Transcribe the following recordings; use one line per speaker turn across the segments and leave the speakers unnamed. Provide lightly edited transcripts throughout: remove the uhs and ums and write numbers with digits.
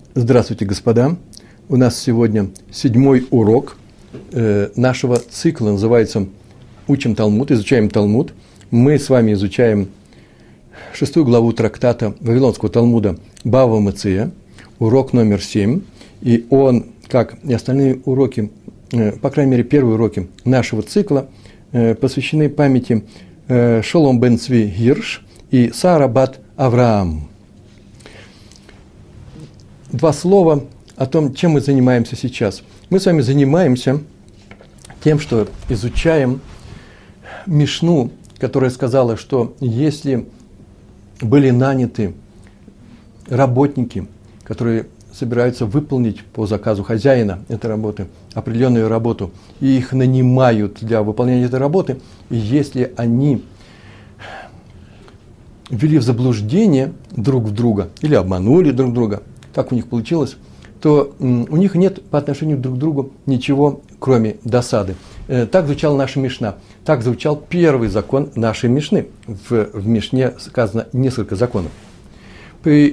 Здравствуйте, господа. У нас сегодня 7-й урок нашего цикла, называется «Учим Талмуд», изучаем Талмуд. Мы с вами изучаем 6 главу трактата Вавилонского Талмуда Бава Меция, урок номер 7. И он, как и остальные уроки, по крайней мере, первые уроки нашего цикла, посвящены памяти Шолом бен Цви Гирш и Сара бат Авраам. Два слова о том, чем мы занимаемся сейчас. Мы с вами занимаемся тем, что изучаем Мишну, которая сказала, что если были наняты работники, которые собираются выполнить по заказу хозяина этой работы определенную работу, и их нанимают для выполнения этой работы, и если они ввели в заблуждение друг в друга или обманули друг друга, так у них получилось, то у них нет по отношению друг к другу ничего, кроме досады. Так звучала наша Мишна. Так звучал первый закон нашей Мишны. В Мишне сказано несколько законов. При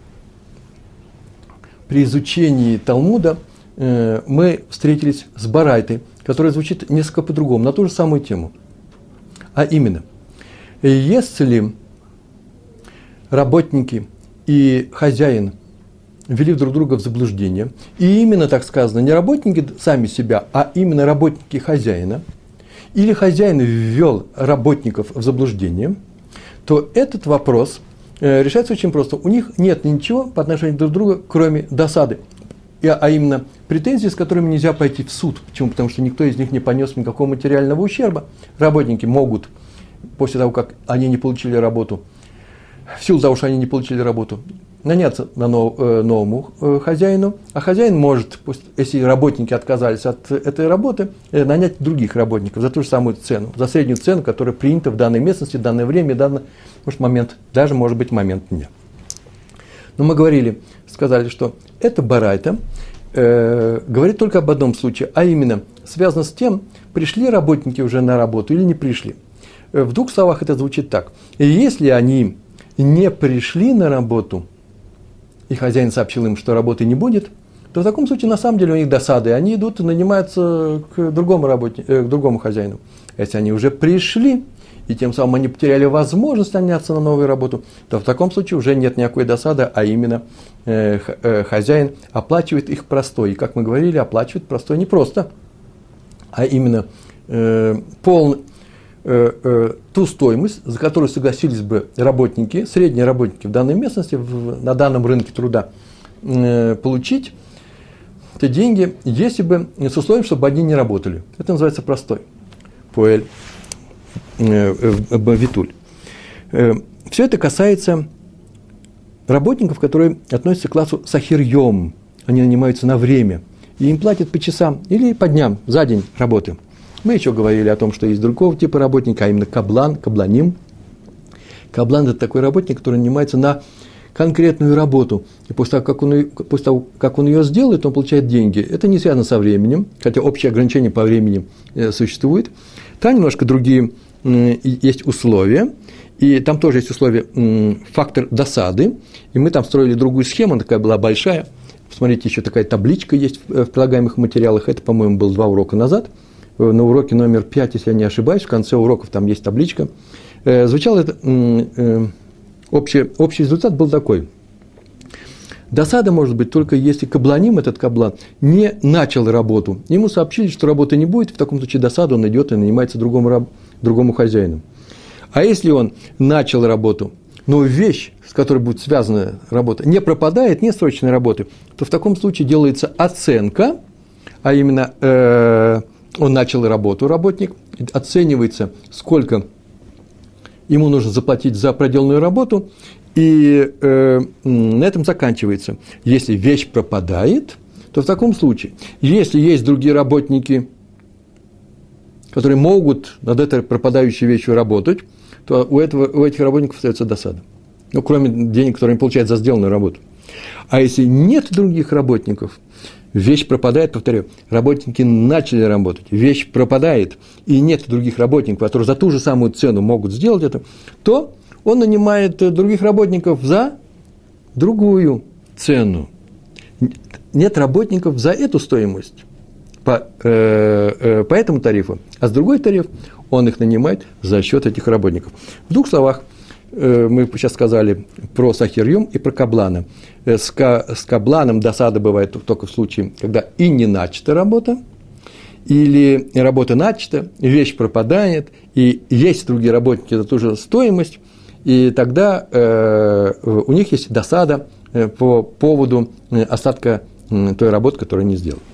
изучении Талмуда мы встретились с Барайтой, которая звучит несколько по-другому, на ту же самую тему. А именно, если работники и хозяин ввели друг друга в заблуждение, и именно так сказано, не работники сами себя, а именно работники хозяина, или хозяин ввел работников в заблуждение, то этот вопрос решается очень просто. У них нет ничего по отношению друг к другу, кроме досады, а именно претензий, с которыми нельзя пойти в суд. Почему? Потому что никто из них не понес никакого материального ущерба. Работники могут, после того, как они не получили работу, в силу того, что они не получили работу, наняться на новому хозяину, а хозяин может, если работники отказались от этой работы, нанять других работников за ту же самую цену, за среднюю цену, которая принята в данной местности, в данное время, в данный момент, даже, может быть, момент дня. Но мы сказали, что эта барайта говорит только об одном случае, а именно связано с тем, пришли работники уже на работу или не пришли. В двух словах это звучит так. Если они не пришли на работу, и хозяин сообщил им, что работы не будет, то в таком случае на самом деле у них досады, и они идут и нанимаются к другому хозяину. Если они уже пришли, и тем самым они потеряли возможность наняться на новую работу, то в таком случае уже нет никакой досады, а именно хозяин оплачивает их простой. И, как мы говорили, оплачивает простой не просто, а именно ту стоимость, за которую согласились бы работники, средние работники в данной местности, на данном рынке труда, получить эти деньги, если бы с условием, чтобы они не работали. Это называется простой. Поэль Витуль. Все это касается работников, которые относятся к классу сахир-йом. Они нанимаются на время, и им платят по часам или по дням, за день работы. Мы еще говорили о том, что есть другого типа работника, а именно каблан, кабланим. Каблан – это такой работник, который нанимается на конкретную работу. И после того, как он ее сделает, он получает деньги. Это не связано со временем, хотя общее ограничение по времени существует. Там немножко другие есть условия. И там тоже есть условия, фактор досады. И мы там строили другую схему, она такая была большая. Посмотрите, еще такая табличка есть в прилагаемых материалах. Это, по-моему, было 2 урока назад. На уроке номер 5, если я не ошибаюсь, в конце уроков там есть табличка. Звучало это, общий результат был такой. Досада может быть только если кабланим, этот каблан, не начал работу. Ему сообщили, что работы не будет, в таком случае досада, он идет и нанимается другому хозяину. А если он начал работу, но вещь, с которой будет связана работа, не пропадает, не срочной работы, то в таком случае делается оценка, а именно он начал работу, работник, оценивается, сколько ему нужно заплатить за проделанную работу, и на этом заканчивается. Если вещь пропадает, то в таком случае, если есть другие работники, которые могут над этой пропадающей вещью работать, то у этих работников остается досада. Ну, кроме денег, которые они получают за сделанную работу. А если нет других работников, вещь пропадает, повторю, работники начали работать, вещь пропадает, и нет других работников, которые за ту же самую цену могут сделать это, то он нанимает других работников за другую цену. нет работников за эту стоимость по этому тарифу, а с другой тариф он их нанимает за счет этих работников. В двух словах, мы сейчас сказали про сахир-йом и про каблана. С кабланом досада бывает только в случае, когда и не начата работа, или работа начата, вещь пропадает, и есть другие работники, это тоже стоимость, и тогда у них есть досада по поводу остатка той работы, которую они сделали.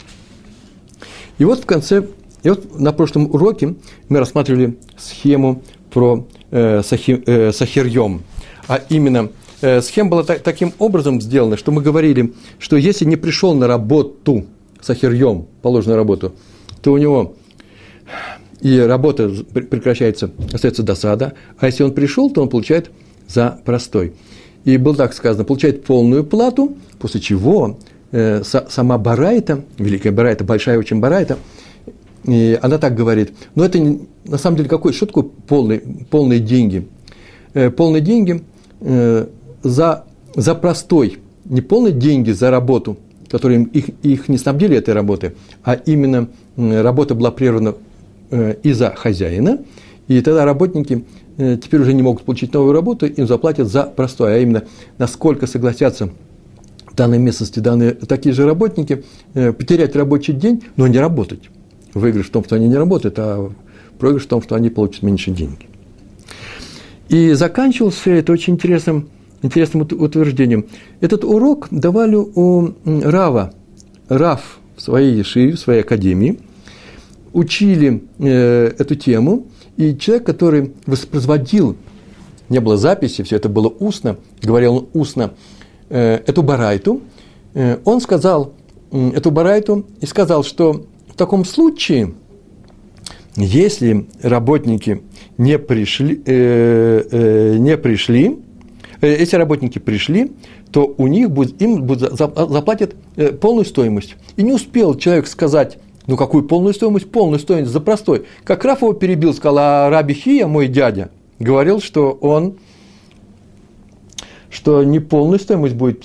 И вот в конце, на прошлом уроке мы рассматривали схему про сахир-йом, а именно схема была таким образом сделана, что мы говорили, что если не пришел на работу сахир-йом, положенную работу, то у него и работа прекращается, остается досада, а если он пришел, то он получает за простой. И было так сказано, получает полную плату, после чего сама барайта, великая барайта, большая очень барайта, и она так говорит, но это на самом деле что такое полные деньги? Полные деньги за простой, не полные деньги за работу, которые их не снабдили этой работой, а именно работа была прервана из-за хозяина, и тогда работники теперь уже не могут получить новую работу, им заплатят за простое, а именно насколько согласятся в данной местности такие же работники потерять рабочий день, но не работать. Выигрыш в том, что они не работают, а проигрыш в том, что они получат меньше денег. И заканчивался это очень интересным утверждением. Этот урок давали у Рава. Рав в своей ешиве, в своей академии, учили эту тему, и человек, который воспроизводил, не было записи, все это было устно, говорил он устно, эту барайту, он сказал эту барайту и сказал, что в таком случае, если работники не пришли, если работники пришли, то им заплатят полную стоимость. И не успел человек сказать, ну какую полную стоимость? Полную стоимость за простой. Как Раф его перебил, сказал, а Раби Хия, мой дядя, говорил, что не полная стоимость будет,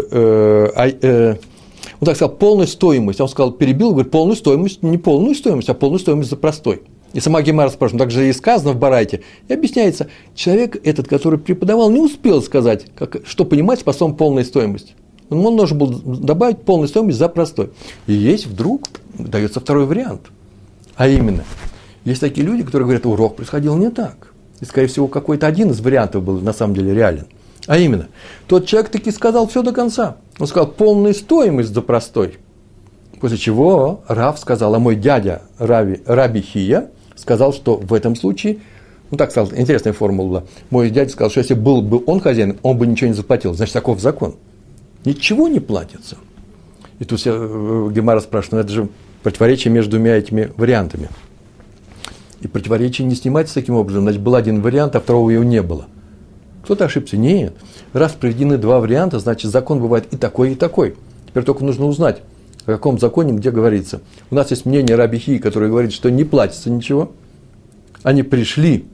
он так сказал, полная стоимость. Он сказал, перебил, говорит, полную стоимость, не полную стоимость, а полную стоимость за простой. И сама Гемара спрашивает, также и сказано в Барайте, и объясняется, человек этот, который преподавал, не успел сказать, что понимать по словам полная стоимость. Он должен был добавить полную стоимость за простой. И есть вдруг дается второй вариант. А именно, есть такие люди, которые говорят, урок происходил не так. И, скорее всего, какой-то один из вариантов был на самом деле реален. А именно, тот человек таки сказал все до конца. Он сказал, полная стоимость за простой. После чего Рав сказал, а мой дядя Раби Хия сказал, что в этом случае, так сказал, интересная формула была, мой дядя сказал, что если был бы он хозяин, он бы ничего не заплатил. Значит, таков закон. Ничего не платится. И тут Гемара спрашивает, это же противоречие между двумя этими вариантами. И противоречие не снимается таким образом. Значит, был один вариант, а второго его не было. Кто-то ошибся? Нет. Раз приведены два варианта, значит, закон бывает и такой, и такой. Теперь только нужно узнать, о каком законе, где говорится. У нас есть мнение Раби Хии, который говорит, что не платится ничего. Они пришли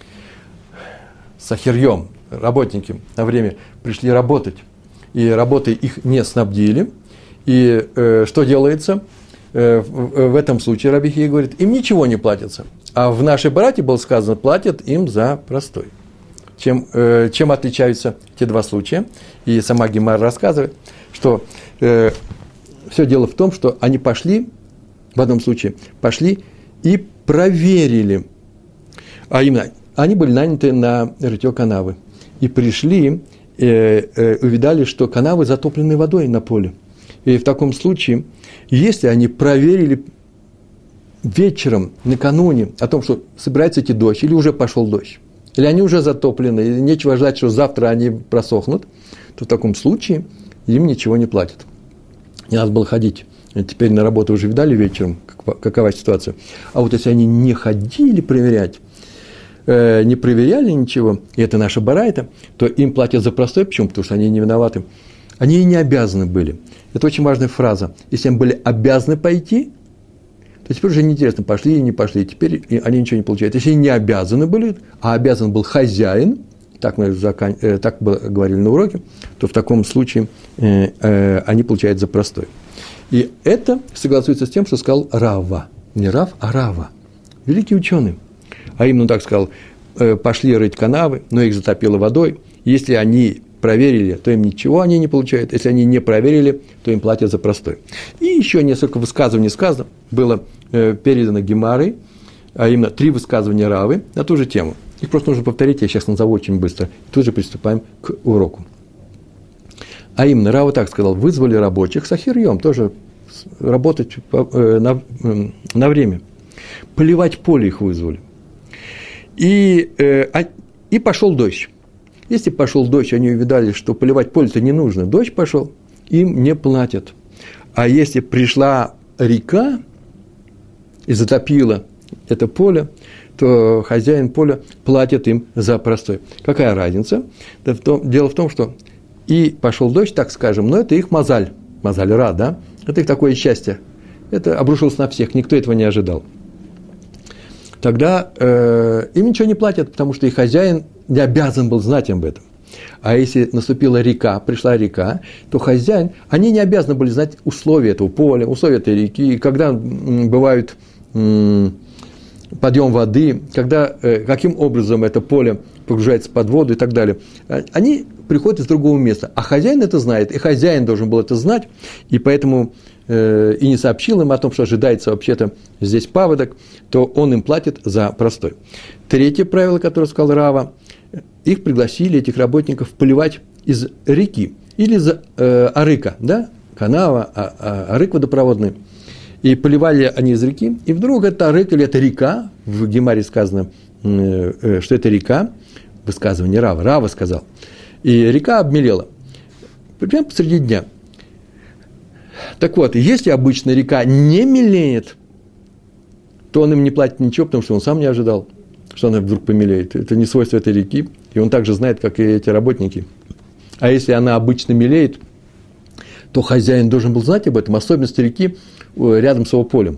с сахир-йом, работники на время пришли работать, и работой их не снабдили. И что делается? В этом случае Раби Хия говорит, им ничего не платится. А в нашей барате было сказано, платят им за простой. Чем отличаются те два случая? И сама Гемара рассказывает, что все дело в том, что они пошли, в одном случае, пошли и проверили. А именно, они были наняты на рытье канавы. И пришли, увидали, что канавы затоплены водой на поле. И в таком случае, если они проверили вечером, накануне, о том, что собирается идти дождь, или уже пошел дождь, или они уже затоплены, и нечего ждать, что завтра они просохнут, то в таком случае им ничего не платят. Не надо было ходить. Теперь на работу уже видали вечером, какова ситуация. А вот если они не ходили проверять, не проверяли ничего, и это наша барайта, то им платят за простой. Почему? Потому что они не виноваты. Они и не обязаны были. Это очень важная фраза. Если они были обязаны пойти, то теперь уже неинтересно, пошли или не пошли. Теперь они ничего не получают. Если они не обязаны были, а обязан был хозяин, так говорили на уроке, то в таком случае они получают за простой. И это согласуется с тем, что сказал Рава. Не Рав, а Рава. Великий ученый. А именно он так сказал: пошли рыть канавы, но их затопило водой. Если они проверили, то им ничего они не получают. Если они не проверили, то им платят за простой. И еще несколько высказываний сказано, было передано Гемарой, а именно 3 высказывания Равы на ту же тему. Их просто нужно повторить, я сейчас назову очень быстро. И тут же приступаем к уроку. А именно, Рава так сказал: вызвали рабочих сахирьем, тоже работать на время. Поливать поле их вызвали. И пошел дождь. Если пошел дождь, они увидали, что поливать поле-то не нужно. Дождь пошел, им не платят. А если пришла река и затопила это поле, то хозяин поля платит им за простой. Какая разница? Дело в том, что и пошел дождь, так скажем, но это их мазаль. Мазаль ра, да? Это их такое счастье. Это обрушилось на всех, никто этого не ожидал. Тогда им ничего не платят, потому что их хозяин не обязан был знать об этом. А если наступила река, пришла река, то хозяин, они не обязаны были знать условия этого поля, условия этой реки, когда бывают подъем воды, каким образом это поле погружается под воду и так далее. Они приходят из другого места, а хозяин это знает, и хозяин должен был это знать, и поэтому и не сообщил им о том, что ожидается вообще-то здесь паводок, то он им платит за простой. Третье правило, которое сказал Рава: их пригласили, этих работников, поливать из реки или из арыка, да, канава, арык водопроводный. И поливали они из реки, и вдруг это арык или это река, в Гемаре сказано, что это река, высказывание Рава, Рава сказал, и река обмелела, прямо посреди дня. Так вот, если обычно река не мелеет, то он им не платит ничего, потому что он сам не ожидал, что она вдруг помелеет. Это не свойство этой реки, и он также знает, как и эти работники. А если она обычно мелеет, то хозяин должен был знать об этом, особенности реки рядом с его полем.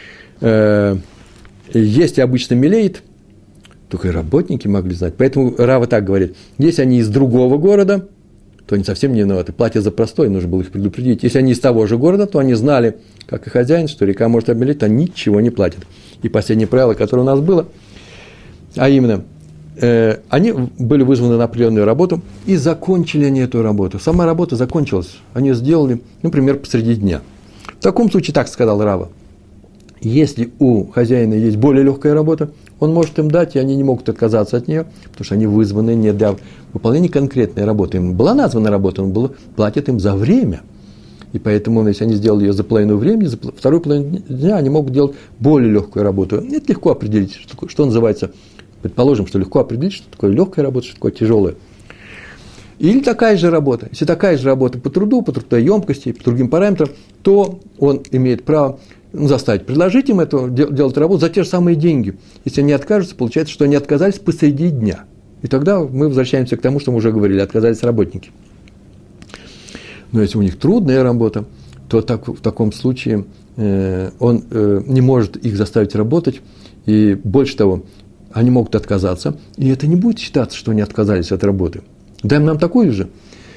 Если обычно мелеет, только и работники могли знать. Поэтому Рава так говорит: если они из другого города, то они совсем не виноваты, платят за простой, нужно было их предупредить. Если они из того же города, то они знали, как и хозяин, что река может обмелеть, то ничего не платят. И последнее правило, которое у нас было, а именно, они были вызваны на определенную работу, и закончили они эту работу. Сама работа закончилась, они сделали, например, посреди дня. В таком случае, так сказал Рава: если у хозяина есть более легкая работа, он может им дать, и они не могут отказаться от нее, потому что они вызваны не для выполнения конкретной работы. Им была названа работа, он платит им за время. И поэтому, если они сделали ее за половину времени, за вторую половину дня, они могут делать более легкую работу. Это легко определить, что называется, предположим, что легко определить, что такое легкая работа, что такое тяжелая. Или такая же работа. Если такая же работа по труду, по трудоемкости, по другим параметрам, то он имеет право заставить, предложить им делать работу за те же самые деньги. Если они откажутся, получается, что они отказались посреди дня. И тогда мы возвращаемся к тому, что мы уже говорили, отказались работники. Но если у них трудная работа, то в таком случае он не может их заставить работать, и больше того, они могут отказаться, и это не будет считаться, что они отказались от работы. Дай нам такую же.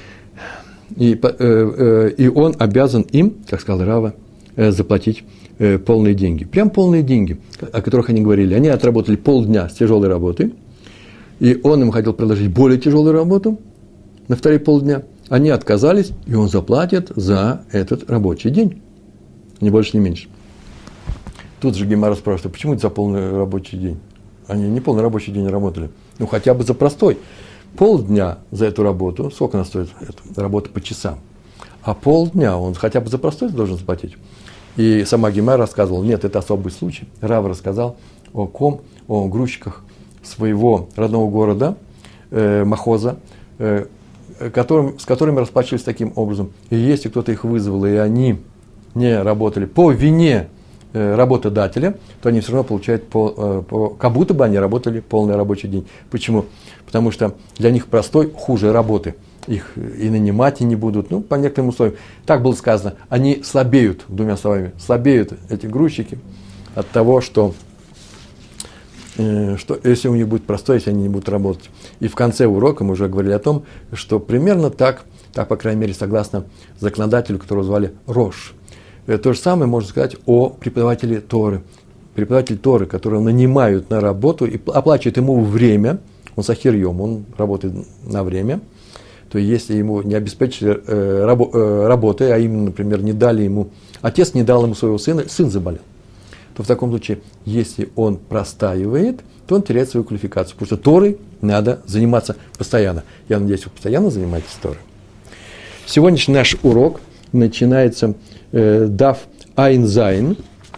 И он обязан им, как сказал Рава, заплатить полные деньги. Прям полные деньги, о которых они говорили. Они отработали полдня с тяжелой работой, и он им хотел предложить более тяжелую работу на вторые полдня. Они отказались, и он заплатит за этот рабочий день. Ни больше, ни меньше. Тут же Гемара спрашивает: почему это за полный рабочий день? Они не полный рабочий день работали. Ну, хотя бы за простой. Полдня за эту работу, сколько она стоит, эта работа по часам, а полдня он хотя бы за простой должен заплатить. И сама Гемара рассказывала: нет, это особый случай. Рав рассказал о грузчиках своего родного города, Махоза, с которыми расплачивались таким образом. И если кто-то их вызвал, и они не работали по вине работодателя, то они все равно получают как будто бы они работали полный рабочий день. Почему? Потому что для них простой хуже работы. Их и нанимать и не будут, по некоторым условиям. Так было сказано, они слабеют, двумя словами, слабеют эти грузчики от того, что что если у них будет простой, если они не будут работать. И в конце урока мы уже говорили о том, что примерно так, по крайней мере, согласно законодателю, которого звали Рош. То же самое можно сказать о преподавателе Торы. Преподаватель Торы, которого нанимают на работу и оплачивают ему время, он сахир йом, он работает на время, то если ему не обеспечили работой, а именно, например, не дали ему, отец не дал ему своего сына, сын заболел, то в таком случае, если он простаивает, то он теряет свою квалификацию, потому что Торой надо заниматься постоянно. Я надеюсь, вы постоянно занимаетесь Торой. Сегодняшний наш урок начинается Даф Айнзайн,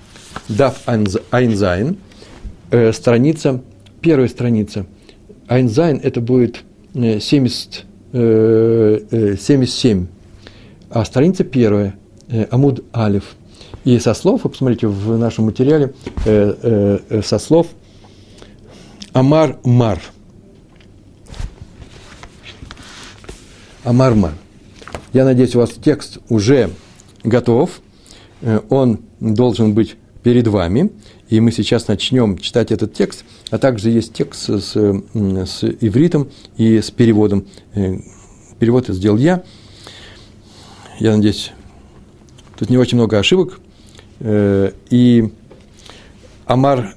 страница, первая страница. Айнзайн это будет 77, а страница первая, Амуд Алиф. И со слов, вы посмотрите в нашем материале, со слов Амар Мар. Амар Мар. Я надеюсь, у вас текст уже готов, он должен быть перед вами, и мы сейчас начнем читать этот текст, а также есть текст с ивритом и с переводом. Перевод сделал я надеюсь, тут не очень много ошибок, и Амар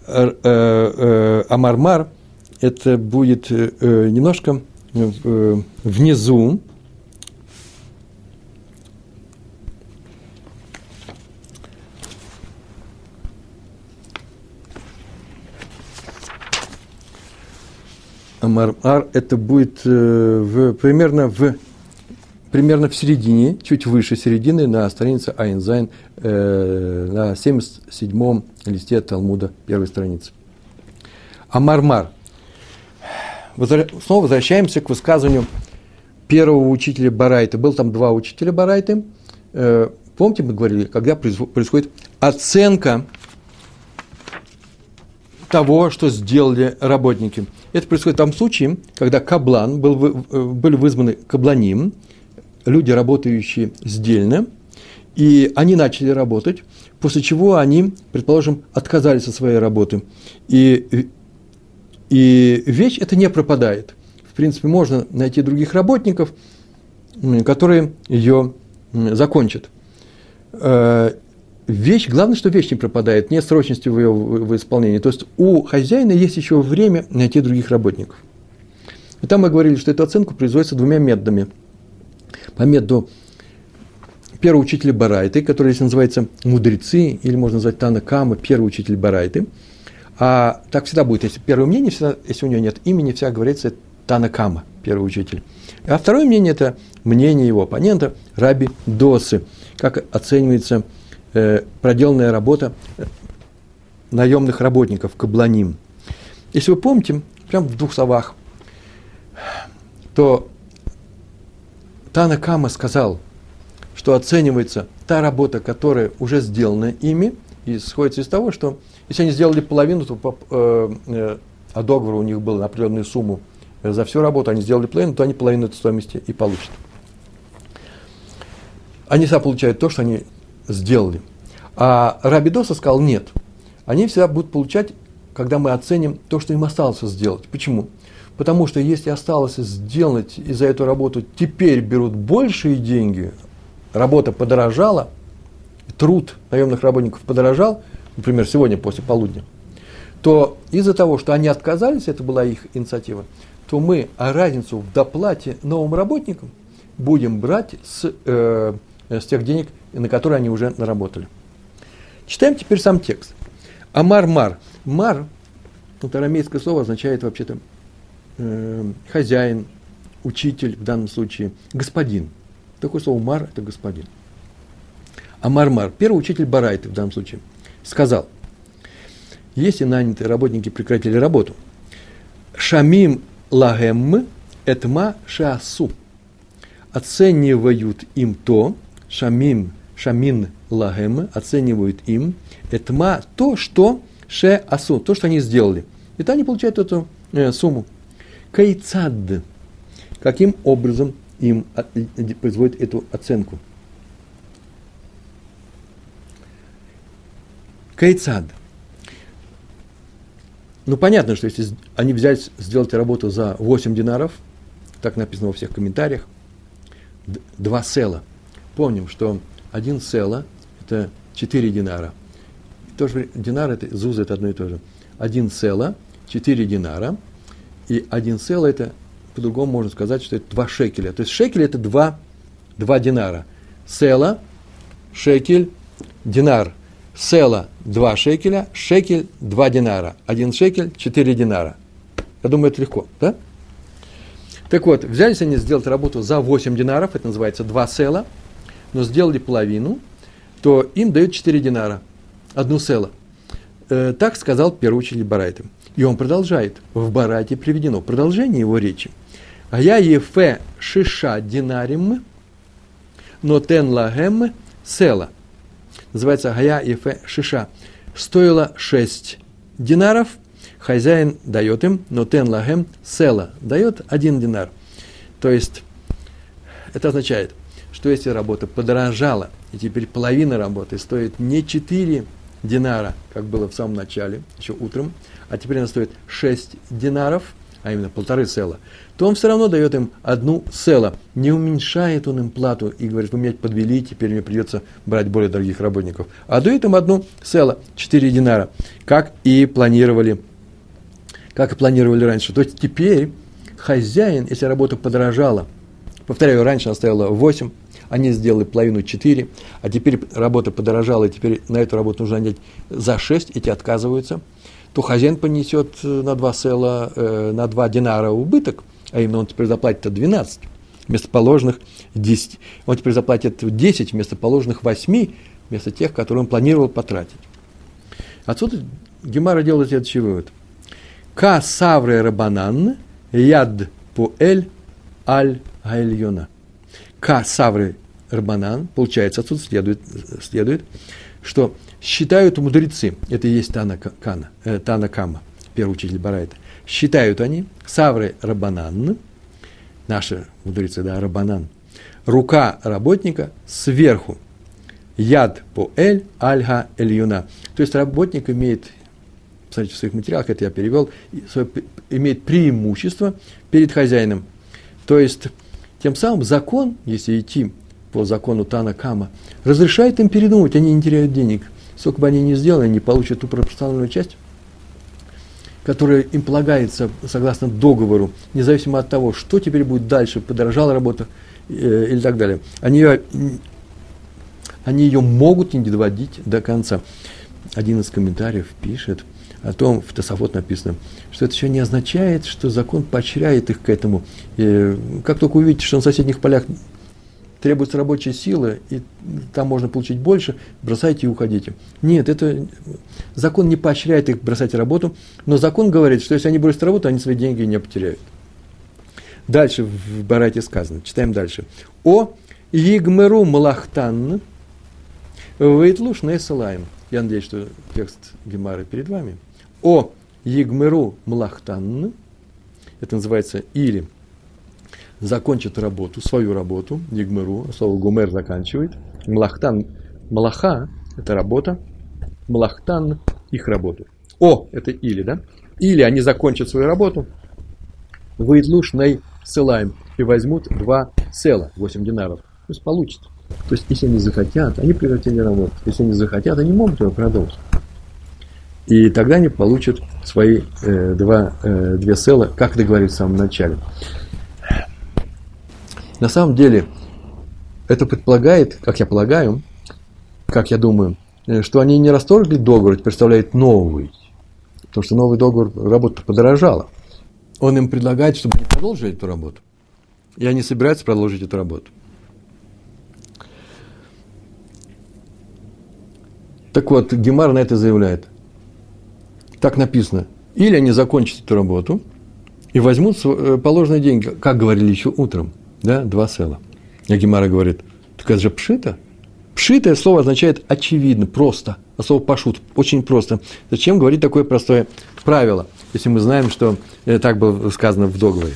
Мар, это будет немножко внизу, Амар это будет примерно в середине, чуть выше середины, на странице Айнзайн, на 77-м листе Талмуда, первой страницы. Амар. Снова возвращаемся к высказыванию первого учителя Барайты. Был там два учителя Барайты. Помните, мы говорили, когда происходит оценка того, что сделали работники. Это происходит в том случае, когда каблан, были вызваны кабланим, люди, работающие сдельно, и они начали работать, после чего они, предположим, отказались от своей работы. И вещь эта не пропадает. В принципе, можно найти других работников, которые ее закончат. Главное, что вещь не пропадает, нет срочности в ее в исполнении. То есть у хозяина есть еще время найти других работников. И там мы говорили, что эту оценку производится двумя методами. По методу первого учителя Барайты, который здесь называется мудрецы, или можно назвать Тана Кама, первый учитель Барайты. А так всегда будет, если первое мнение, всегда, если у него нет имени, всегда говорится Тана Кама, первый учитель. А второе мнение – это мнение его оппонента Раби Досы, как оценивается проделанная работа наемных работников, кабланим. Если вы помните, прямо в двух словах, то Тана Кама сказал, что оценивается та работа, которая уже сделана ими, и сходится из того, что если они сделали половину, то а договор у них был на определенную сумму за всю работу, они сделали половину, то они половину этой стоимости и получат. Они всегда получают то, что они сделали. А Раби Доса сказал, нет, они всегда будут получать, когда мы оценим то, что им осталось сделать. Почему? Потому что если осталось сделать, и за эту работу теперь берут большие деньги, работа подорожала, труд наемных работников подорожал, например, сегодня после полудня, то из-за того, что они отказались, это была их инициатива, то мы разницу в доплате новым работникам будем брать с тех денег, на которые они уже наработали. Читаем теперь сам текст. Амар Мар. Мар, это арамейское слово, означает вообще-то хозяин, учитель, в данном случае господин. Такое слово Мар – это господин. Амар Мар, первый учитель Барайты в данном случае, сказал, если нанятые работники прекратили работу, шамим лагем этма шасу, оценивают им то, шамин лагем, оценивают им, этма то, что ше асу, то, что они сделали. И то они получают эту сумму. Кайцад, каким образом им производят эту оценку. Кайцад. Ну, понятно, что если они взялись сделать работу за 8 динаров, так написано во всех комментариях, 2 села. Помним, что 1 села – это 4 динара. Тоже динар – это зуза – это одно и то же. 1 села, 4 динара, и 1 села – это, по-другому можно сказать, что это 2 шекеля. То есть шекель – это 2 динара. Села, шекель, динар. Села – 2 шекеля, шекель – 2 динара. 1 шекель – 4 динара. Я думаю, это легко, да? Так вот, взялись они сделать работу за 8 динаров, это называется 2 села, но сделали половину, то им дают 4 динара, 1 села. Так сказал первый учитель Барайты. И он продолжает. В Барайте приведено продолжение его речи. А я ефе шиша динарим, но тен лагем села. Называется Гая ефе шиша. Стоило 6 динаров, хозяин дает им, но тен лагем села. Дает 1 динар. То есть, это означает, что если работа подорожала, и теперь половина работы стоит не 4 динара, как было в самом начале, еще утром, а теперь она стоит 6 динаров, а именно 1,5 села, то он все равно дает им 1 села. Не уменьшает он им плату и говорит, вы меня подвели, теперь мне придется брать более дорогих работников. А дает им 1 села, 4 динара, как и планировали раньше. То есть теперь хозяин, если работа подорожала, повторяю, раньше она стояла 8, они сделали половину 4, а теперь работа подорожала, и теперь на эту работу нужно нанять за 6, эти отказываются, то хозяин понесет на 2 села, на 2 динара убыток, а именно он теперь заплатит 12 вместо положенных 10. Он теперь заплатит 10 вместо положенных 8, вместо тех, которые он планировал потратить. Отсюда Гемара делает следующий вывод. Ка савре рабанан яд пуэль аль гайльона. Ка савре рабанан, получается, отсюда следует, что считают мудрецы, это и есть Тана Кама, первый учитель Барайта, считают они, савре рабанан, наши мудрецы, да, рабанан, рука работника сверху, яд поэль альга эльюна. То есть работник имеет, посмотрите, в своих материалах, это я перевел, имеет преимущество перед хозяином. То есть, тем самым закон, если идти по закону Тана Кама, разрешает им передумать, они не теряют денег. Сколько бы они ни сделали, они получат ту пропорциональную часть, которая им полагается согласно договору, независимо от того, что теперь будет дальше, подорожала работа или так далее. Они ее могут не доводить до конца. Один из комментариев пишет о том, в Тосафот написано, что это еще не означает, что закон поощряет их к этому. И как только увидите, что на соседних полях требуется рабочая сила, и там можно получить больше, бросайте и уходите. Нет, это закон не поощряет их бросать работу, но закон говорит, что если они бросят работу, они свои деньги не потеряют. Дальше в Барайте сказано, читаем дальше. О Игмеру Малахтан Вейтлуш Несалаем. Я надеюсь, что текст Гемары перед вами. О Игмеру Малахтан, это называется или закончит работу, свою работу, Игмеру, слово Гумер заканчивает. Малахтан, Малаха – это работа, Малахтан – их работу. О – это или, да? Или они закончат свою работу, Вейтлуш Ней Селаем, и возьмут 2 села, 8 динаров. То есть получат. То есть, если они захотят, они прекратили работу. Если они захотят, они могут его продолжить. И тогда они получат свои 2 села, как договорились в самом начале. На самом деле, это предполагает, как я полагаю, как я думаю, что они не расторгли договор, это представляет новый. Потому что новый договор, работа подорожала. Он им предлагает, чтобы они продолжили эту работу. И они собираются продолжить эту работу. Так вот, Гемара на это заявляет. Так написано. Или они закончат эту работу и возьмут положенные деньги, как говорили еще утром. Да, 2 села. А Гемара говорит, так это же пшита. Пшита слово означает очевидно, просто. А слово пашут очень просто. Зачем говорить такое простое правило, если мы знаем, что так было сказано в договоре?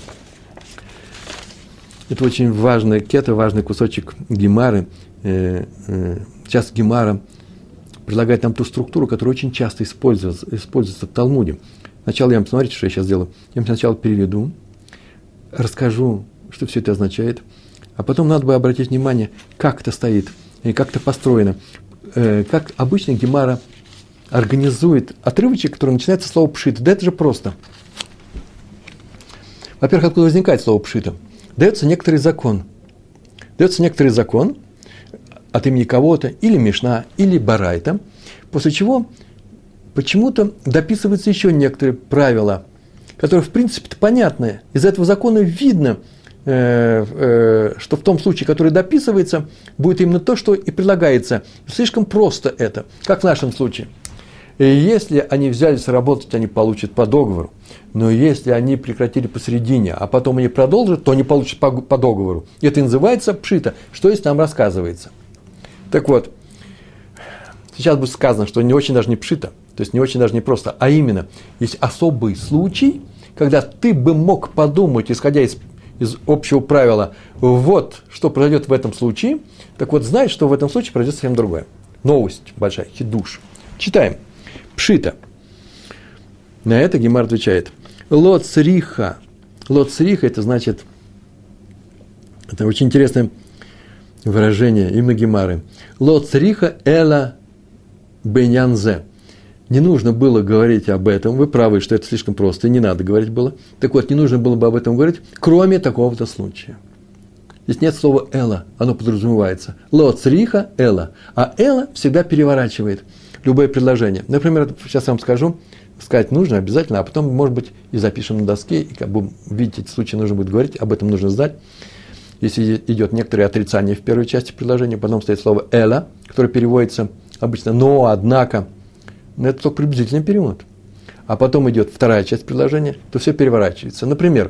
Это очень важный кета, важный кусочек Гемары. Сейчас Гемара предлагает нам ту структуру, которая очень часто используется в Талмуде. Сначала я вам, смотрите, что я сейчас сделаю. Я вам сначала переведу, расскажу, что все это означает, а потом надо бы обратить внимание, как это стоит, и как это построено. Как обычно Гемара организует отрывочек, который начинается со слова «пшит». Да это же просто. Во-первых, откуда возникает слово «пшита»? Дается некоторый закон. Дается некоторый закон от имени кого-то, или Мишна, или Барайта, после чего почему-то дописываются еще некоторые правила, которые, в принципе, понятны. Из этого закона видно, что в том случае, который дописывается, будет именно то, что и предлагается. Слишком просто это, как в нашем случае. И если они взялись работать, они получат по договору. Но если они прекратили посередине, а потом они продолжат, то они получат по договору. Это и называется пшита, что здесь нам рассказывается. Так вот, сейчас будет сказано, что не очень даже не пшита, то есть не очень даже не просто, а именно, есть особый случай, когда ты бы мог подумать, исходя из общего правила, вот что произойдет в этом случае, так вот, знаешь, что в этом случае произойдет совсем другое. Новость большая, хидуш. Читаем. Пшита. На это Гемара отвечает. Лот цриха. Лот цриха, это значит, это очень интересное выражение именно Гемары. Лот цриха эла бенянзе. Не нужно было говорить об этом, вы правы, что это слишком просто, и не надо говорить было. Так вот, не нужно было бы об этом говорить, кроме такого-то случая. Здесь нет слова «эла», оно подразумевается. «Ло цриха эла», а «эла» всегда переворачивает любое предложение. Например, сейчас я вам скажу, сказать нужно обязательно, а потом, может быть, и запишем на доске, и как будем видеть эти случаи, нужно будет говорить, об этом нужно знать. Если идет некоторое отрицание в первой части предложения, потом стоит слово «эла», которое переводится обычно «но», «однако», но это только приблизительный перевод. А потом идет вторая часть предложения, то все переворачивается. Например,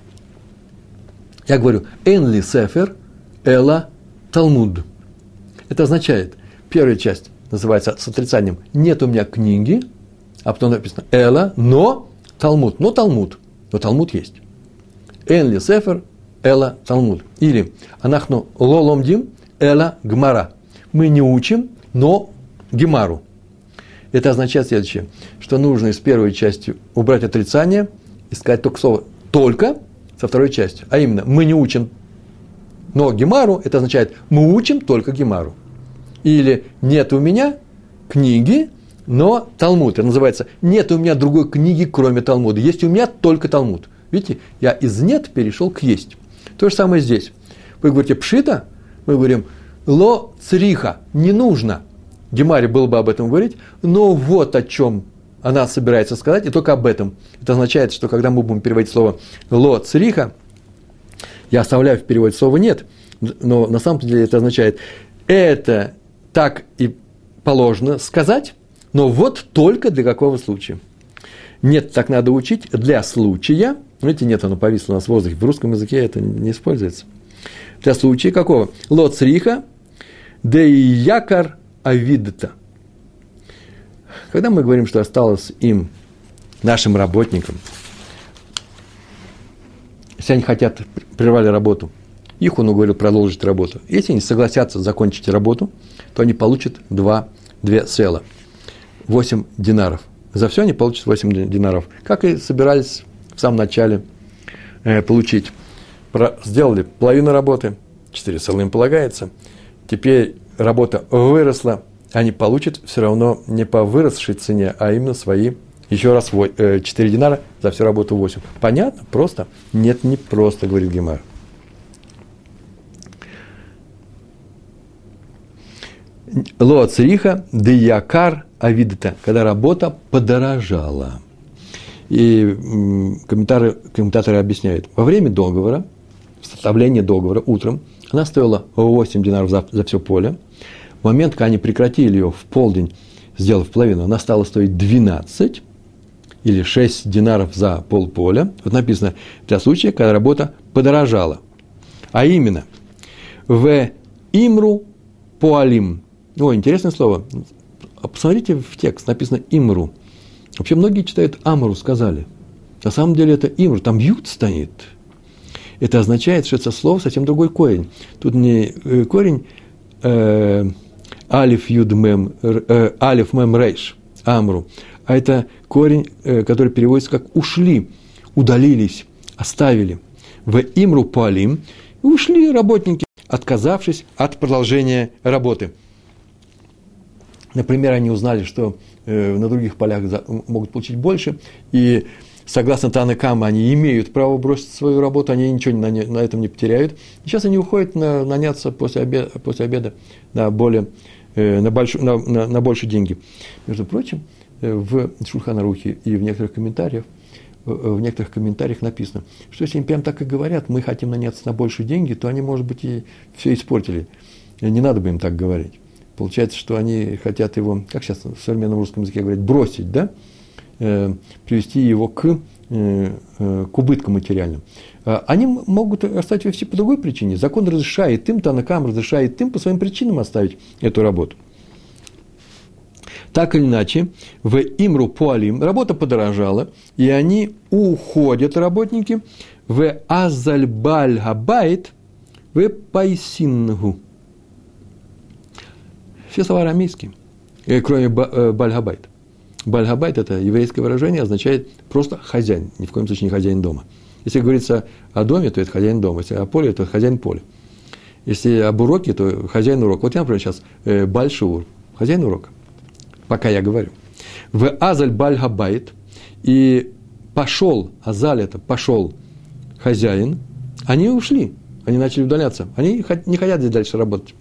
я говорю «энли сефер эла талмуд». Это означает, первая часть называется с отрицанием «нет у меня книги», а потом написано «эла, но талмуд». Но талмуд есть. «Энли сефер эла талмуд». Или «анахну лоломдим эла гмара». Мы не учим, но гемару. Это означает следующее, что нужно из первой части убрать отрицание и сказать только слово «только» со второй частью. А именно, мы не учим, но гемару, это означает, мы учим только гемару. Или нет у меня книги, но Талмуд. Это называется, нет у меня другой книги, кроме Талмуда. Есть у меня только Талмуд. Видите, я из нет перешел к есть. То же самое здесь. Вы говорите пшита, мы говорим ло цриха, не нужно. Гемаре было бы об этом говорить, но вот о чем она собирается сказать, и только об этом. Это означает, что когда мы будем переводить слово «ло цриха», я оставляю в переводе слово «нет», но на самом деле это означает, это так и положено сказать, но вот только для какого случая. «Нет» так надо учить для случая, видите, «нет», оно повисло у нас в воздухе, в русском языке это не используется. Для случая какого? «Ло цриха, де якар авидта». Когда мы говорим, что осталось им, нашим работникам, если они хотят, прервали работу, их он уговорил продолжить работу. Если они согласятся закончить работу, то они получат две села, 8 динаров. За все они получат 8 динаров. Как и собирались в самом начале получить. Сделали половину работы, 4 села им полагается. Теперь работа выросла, они получат все равно не по выросшей цене, а именно свои, еще раз, 4 динара за всю работу 8. Понятно? Просто? Нет, не просто, говорит Гемара. Ло цриха де якар авидта, когда работа подорожала. И комментаторы объясняют, во время договора, составления договора утром, она стоила 8 динаров за все поле. В момент, когда они прекратили ее в полдень, сделав половину, она стала стоить 12 или 6 динаров за полполя. Вот написано, для случая, когда работа подорожала. А именно, в имру поалим. О, интересное слово. Посмотрите в текст, написано имру. Вообще, многие читают амру, сказали. На самом деле, это имру, там ют стоит. Это означает, что это слово совсем другой корень. Тут не корень алиф юд мем, алиф мем рейш, амру, а это корень, который переводится как «ушли», «удалились», «оставили». В имру пуалим – ушли работники, отказавшись от продолжения работы. Например, они узнали, что на других полях могут получить больше, и согласно Тана Кама они имеют право бросить свою работу, они ничего на этом не потеряют. И сейчас они уходят наняться после обеда на большие деньги. Между прочим, в Шульхан Арухе и в некоторых комментариях написано, что если им прям так и говорят, мы хотим наняться на большие деньги, то они, может быть, и все испортили. Не надо бы им так говорить. Получается, что они хотят его, как сейчас в современном русском языке говорят, бросить, да? Привести его к убыткам материальным. Они могут оставить его все по другой причине. Закон разрешает им, Тана Кама разрешает им по своим причинам оставить эту работу. Так или иначе, в имру пуалим работа подорожала, и они уходят, работники, в азальбаль габайт, в пайсингу. Все слова арамейские, кроме баль-габайт. Баль-габайт – это еврейское выражение, означает просто хозяин, ни в коем случае не хозяин дома. Если говорится о доме, то это хозяин дома, если о поле, то хозяин поля. Если об уроке, то хозяин урока. Вот я, например, сейчас баль-шур, хозяин урока, пока я говорю. В азаль баль-габайт, и пошел, азаль – это пошел хозяин, они ушли, они начали удаляться, они не хотят здесь дальше работать.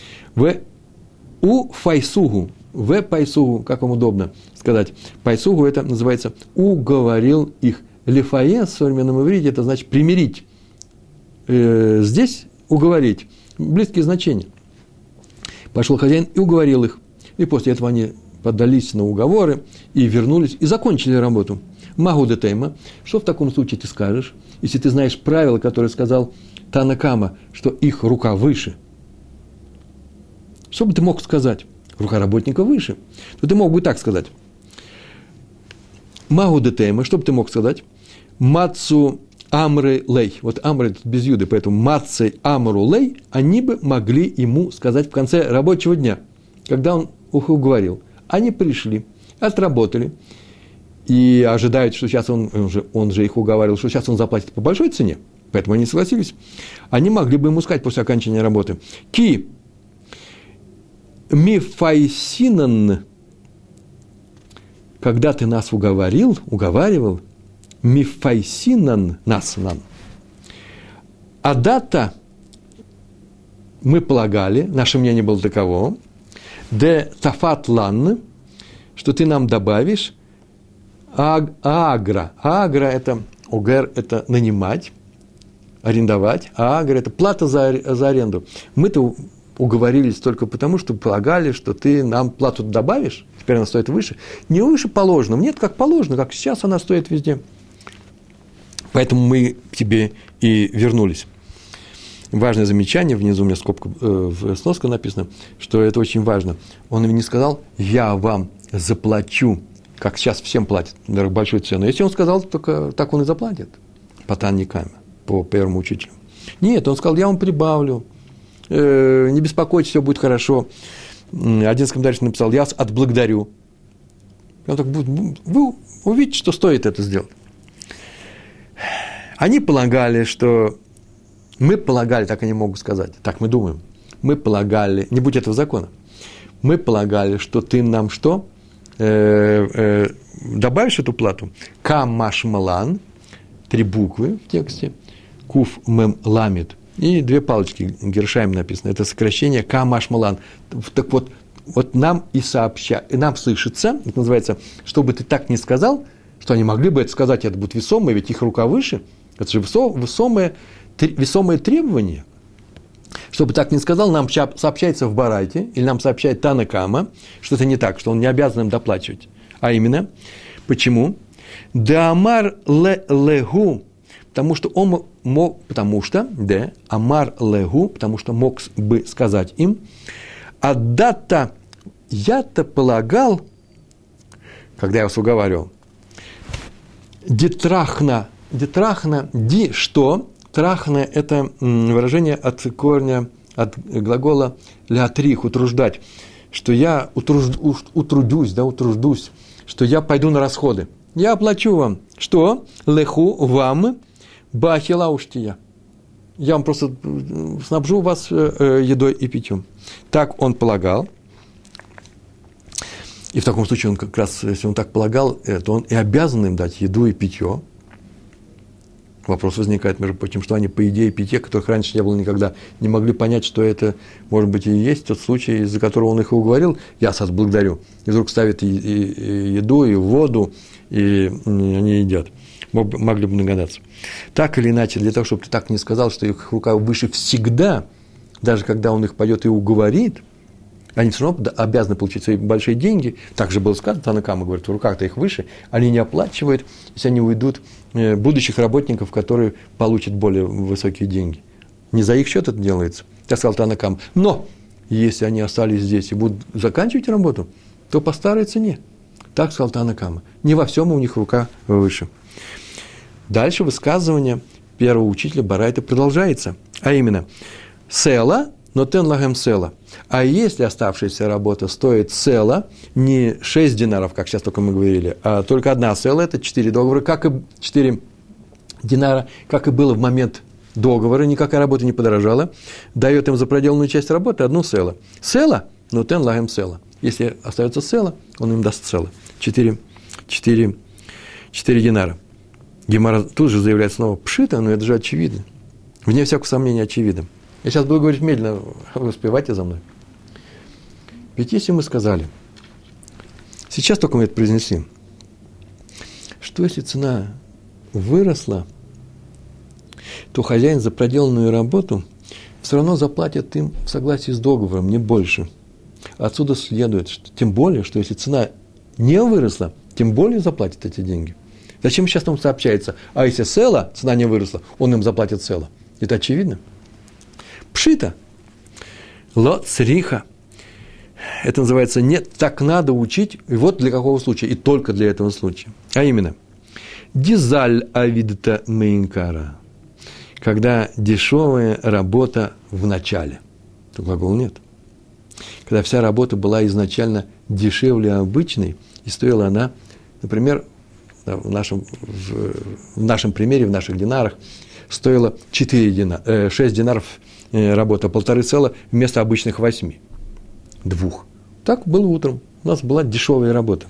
У файсугу, в пайсугу, как вам удобно сказать, пайсугу это называется уговорил их. Лифае в современном иврите это значит примирить. Здесь уговорить, близкие значения. Пошел хозяин и уговорил их. И после этого они поддались на уговоры и вернулись, и закончили работу. Магу де тейма, что в таком случае ты скажешь, если ты знаешь правила, которые сказал Тана Кама, что их рука выше? Что бы ты мог сказать? Рука работника выше. То ты мог бы так сказать. Магу де тейма, что бы ты мог сказать? Мацу амры лей. Вот амры тут без юды, поэтому мацей амру лей они бы могли ему сказать в конце рабочего дня, когда он их уговорил. Они пришли, отработали, и ожидают, что сейчас он же их уговаривал, что сейчас он заплатит по большой цене, поэтому они согласились. Они могли бы ему сказать после окончания работы: «Ки мифайсинан», когда ты нас уговаривал, мифайсинан, нас, нам. А дата, мы полагали, наше мнение было таково, де тафатлан, что ты нам добавишь агра. Агра – это, огер – это нанимать, арендовать, а агра – это плата за аренду. Мы-то уговорились только потому, что полагали, что ты нам плату добавишь, теперь она стоит выше. Не выше положенного, нет, как положено, как сейчас она стоит везде. Поэтому мы к тебе и вернулись. Важное замечание, внизу у меня скобка, сноска написано, что это очень важно. Он не сказал: «Я вам заплачу», как сейчас всем платят, большую цену. Если он сказал, только так он и заплатит, по Тане Каме, по первому учителю. Нет, он сказал: «Я вам прибавлю, не беспокойтесь, все будет хорошо». Один из комментариев написал: «Я вас отблагодарю». Он так: «Вы увидите, что стоит это сделать». Они полагали, что... Мы полагали, так они могут сказать, так мы думаем, мы полагали, не будь этого закона, мы полагали, что ты нам что? Добавишь эту плату? Камашмалан, 3 буквы в тексте, куф мем ламит, и 2 палочки, гершаем написано, это сокращение камашмалан. Так вот нам и нам слышится, это называется, чтобы ты так не сказал, что они могли бы это сказать, это будет весомое, ведь их рука выше, это же весомое требование. Чтобы так не сказал, нам сообщается в Барайте, или нам сообщает Тана Кама, что это не так, что он не обязан им доплачивать. А именно, почему? Амар легу, потому что мог бы сказать им, а дата, я-то полагал, когда я вас уговаривал, дитрахна, ди что? Трахна – это выражение от корня, от глагола лятрих, утруждать, что я утруждусь, что я пойду на расходы. Я оплачу вам. Что? Леху вам бахилауштия. Я вам просто снабжу вас едой и питьем. Так он полагал. И в таком случае он как раз, если он так полагал, то он и обязан им дать еду и питье. Вопрос возникает, между прочим, что они по еде и питье, которых раньше не было никогда, не могли понять, что это, может быть, и есть тот случай, из-за которого он их и уговорил. Я вас благодарю. И вдруг ставит и еду, и воду, и они едят. Могли бы догадаться. Так или иначе, для того, чтобы ты так не сказал, что их рука выше всегда, даже когда он их пойдет и уговорит, они все равно обязаны получить свои большие деньги. Так же было сказано, Тана Кама говорит, в руках-то их выше, они не оплачивают, если они уйдут, будущих работников, которые получат более высокие деньги. Не за их счет это делается, так сказал Тана Кама. Но если они остались здесь и будут заканчивать работу, то по старой цене. Так сказал Тана Кама. Не во всем у них рука выше. Дальше высказывание первого учителя Барайта продолжается. А именно, села, но тен лагем села. А если оставшаяся работа стоит села, не 6 динаров, как сейчас только мы говорили, а только одна села, это 4 договора, 4 динара, как и было в момент договора, никакая работа не подорожала, дает им за проделанную часть работы одну села. Села, но тен лагем села. Если остается села, он им даст села. 4 динара. Гемара тут же заявляет снова пшита, но это же очевидно. Вне всякого сомнения очевидно. Я сейчас буду говорить медленно, вы успевайте за мной. Ведь если мы сказали, сейчас только мы это произнесли, что если цена выросла, то хозяин за проделанную работу все равно заплатит им в согласии с договором, не больше. Отсюда следует, что, тем более, что если цена не выросла, тем более заплатит эти деньги. Зачем сейчас нам сообщается? А если села, цена не выросла, он им заплатит села. Это очевидно. Пшита. Ло цриха. Это называется «нет, так надо учить». И вот для какого случая? И только для этого случая. А именно. Дизаль авидта мейнкара. Когда дешевая работа в начале. То глагол нет. Когда вся работа была изначально дешевле обычной, и стоила она, например, в нашем примере, в наших динарах, стоила 6 динаров работа, 1,5 села вместо обычных 8. 2. Так было утром. У нас была дешевая работа.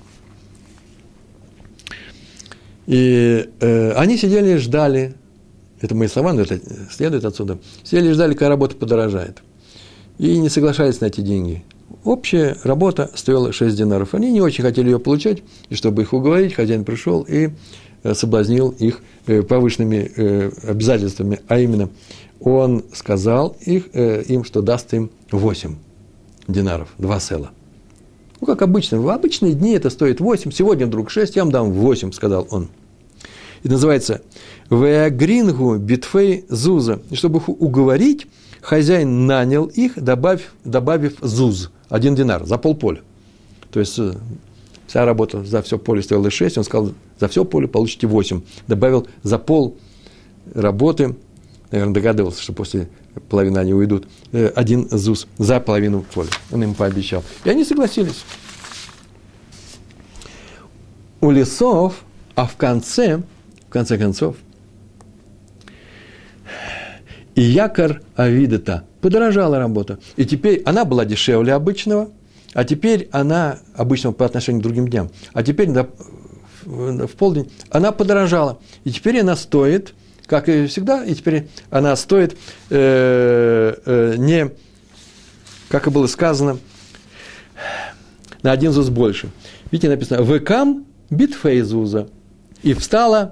И они сидели и ждали, это мои слова, но это следует отсюда, сидели и ждали, когда работа подорожает. И не соглашались на эти деньги. Общая работа стоила 6 динаров. Они не очень хотели ее получать, и чтобы их уговорить, хозяин пришел и соблазнил их повышенными обязательствами, а именно он сказал им, что даст им 8 динаров, 2 села. Ну, как обычно, в обычные дни это стоит 8, сегодня вдруг 6, я вам дам 8, сказал он. Это называется «Веагрингу битфей зуза». И чтобы их уговорить, хозяин нанял их, добавив зуз, 1 динар, за полполя. То есть вся работа за все поле стоила 6, он сказал, за все поле получите 8. Добавил за пол работы, наверное, догадывался, что после половины они уйдут, 1 зуз за половину поля. Он им пообещал. И они согласились. У лесов, а в конце концов, и якор авидата подорожала работа. И теперь она была дешевле обычного, а теперь она, обычного по отношению к другим дням, а теперь в полдень она подорожала. И теперь она стоит, как и всегда, и теперь она стоит не, как и было сказано, на 1 зуз больше. Видите, написано «Векам битфей зуза». И встала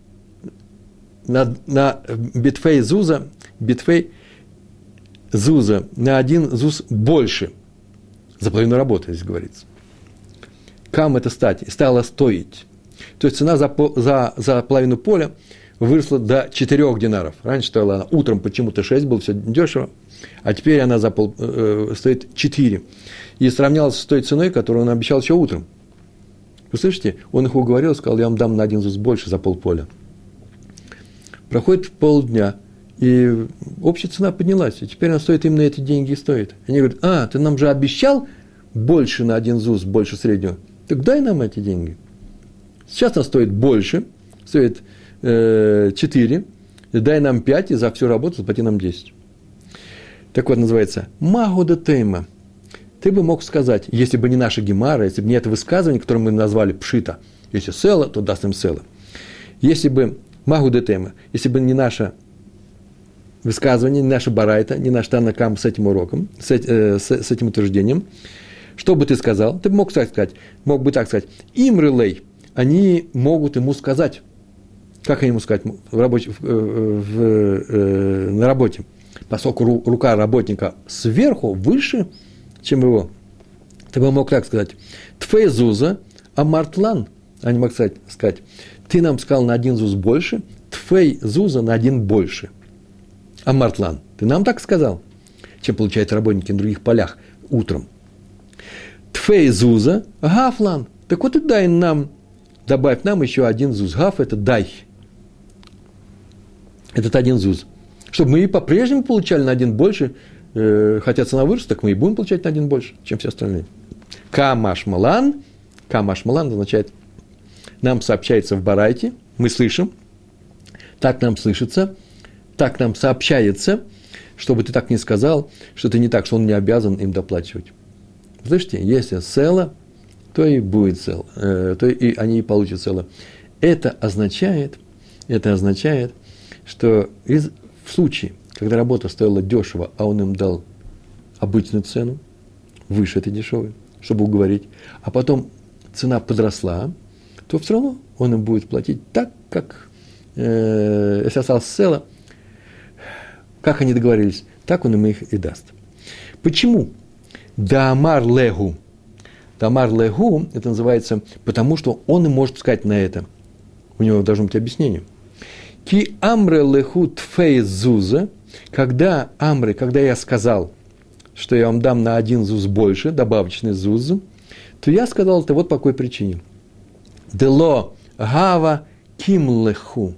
на битфей зуза, на 1 зуз больше. За половину работы, здесь говорится. Кам – это стать, и стала стоить. То есть цена за половину поля выросла до 4 динаров. Раньше стоила она утром почему-то 6, было все дешево, а теперь она стоит 4. И сравнялась с той ценой, которую он обещал еще утром. Вы слышите? Он их уговорил, сказал, я вам дам на 1 зуз больше за полполя. Проходит полдня, и общая цена поднялась, и теперь она стоит именно эти деньги и стоит. Они говорят, ты нам же обещал больше на 1 зуз, больше среднего. Так дай нам эти деньги. Сейчас она стоит больше, стоит 4, дай нам 5, и за всю работу заплати нам 10. Так вот, называется «магуда тейма». Ты бы мог сказать, если бы не наша гемара, если бы не это высказывание, которое мы назвали пшита, если села, то даст им села. Если бы магуда тейма, если бы не наше высказывание, не наша барайта, не наш танакам с этим уроком, с этим утверждением, что бы ты сказал? Ты бы мог так сказать, им релей, они могут ему сказать. Как они ему сказать на работе? Поскольку рука работника сверху, выше, чем его, ты бы мог так сказать. Тфей зуза, амартлан. Они могут сказать, ты нам сказал на 1 зуз больше, тфей зуза на 1 больше. Амартлан. Ты нам так сказал, чем получают работники на других полях утром. Тфей зуза, гафлан. Так вот и дай нам, добавь нам еще 1 зуз. Гаф – это дай. Этот 1 зуз. Чтобы мы и по-прежнему получали на 1 больше, хотя цена выросла, так мы и будем получать на 1 больше, чем все остальные. Камашмалан означает, нам сообщается в барайте, мы слышим, так нам слышится, так нам сообщается, чтобы ты так не сказал, что ты не так, что он не обязан им доплачивать. Слышите, если села, то и будет села, то и они и получат села. Это означает, что в случае, когда работа стоила дешево, а он им дал обычную цену, выше этой дешевой, чтобы уговорить, а потом цена подросла, то все равно он им будет платить так, как, если осталось села, как они договорились, так он им их и даст. Почему? Дамар легу. Дамар легу, это называется, потому что он им может сказать на это. У него должно быть объяснение. Ки амре леху тфей зуза, когда я сказал, что я вам дам на 1 зуз больше, добавочный зуз, то я сказал это вот по какой причине. Дело гава ким леху.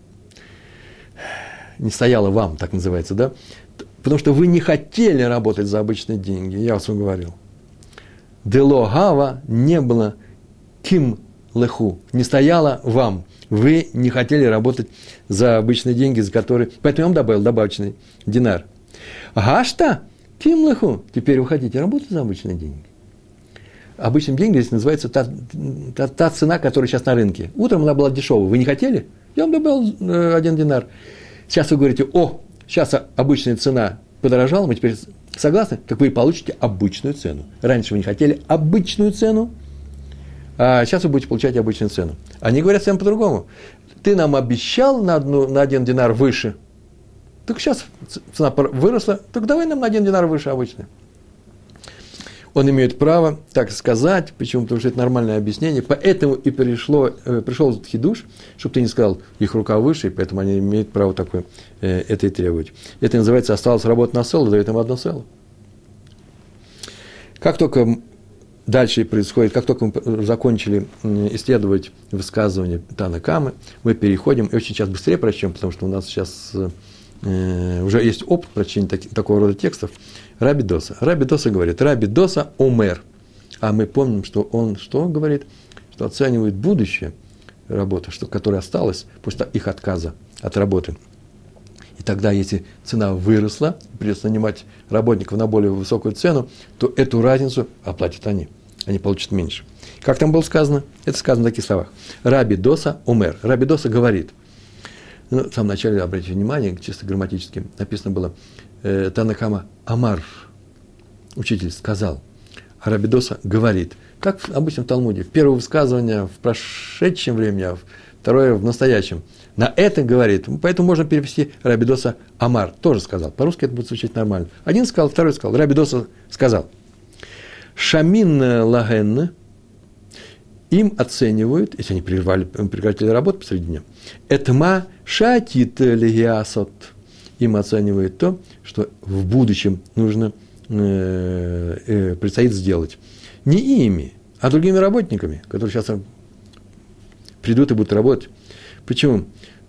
Не стояло вам, так называется, да? Потому что вы не хотели работать за обычные деньги, я вас говорил. Дело гава не было ким леху, не стояло вам. Вы не хотели работать за обычные деньги, за которые... Поэтому я вам добавил добавочный динар. Гашта ким леху. Теперь вы хотите работать за обычные деньги. Обычным деньги здесь называется та цена, которая сейчас на рынке. Утром она была дешевая. Вы не хотели? Я вам добавил 1 динар. Сейчас вы говорите, сейчас обычная цена подорожала, мы теперь согласны? Так вы и получите обычную цену. Раньше вы не хотели обычную цену, а сейчас вы будете получать обычную цену. Они говорят совсем по-другому. Ты нам обещал на 1 динар выше, так сейчас цена выросла, так давай нам на 1 динар выше обычной. Он имеет право так сказать, почему? Потому что это нормальное объяснение. Поэтому и пришел этот хидуш, чтобы ты не сказал, их рука выше, и поэтому они имеют право такое, это и требовать. Это называется, осталось работать на село, дает им 1 село. Как только дальше происходит, как только мы закончили исследовать высказывания Тана Камы, мы переходим, и очень сейчас быстрее прочтем, потому что у нас сейчас уже есть опыт прочтения такого рода текстов. Раби Доса. Раби Доса говорит, Раби Доса омер. А мы помним, что он что говорит? Что оценивает будущее работы, которая осталась после их отказа от работы. И тогда, если цена выросла, придется нанимать работников на более высокую цену, то эту разницу оплатят они. Они получат меньше. Как там было сказано? Это сказано в таких словах. Раби Доса омер. Раби Доса говорит. В самом начале, обратите внимание, чисто грамматически, написано было Танакама Амар, учитель, сказал, а Раби Доса говорит. Как обычно в Талмуде. Первое высказывание в прошедшем времени, а второе в настоящем. На это говорит. Поэтому можно перевести Раби Доса Амар. Тоже сказал. По-русски это будет звучать нормально. Один сказал, второй сказал. Раби Доса сказал. Шамин лаген. Им оценивают, если они прекратили работу посредине, этма шатит легиасот. Им оценивают то, что в будущем нужно, предстоит сделать. Не ими, а другими работниками, которые сейчас придут и будут работать. Почему?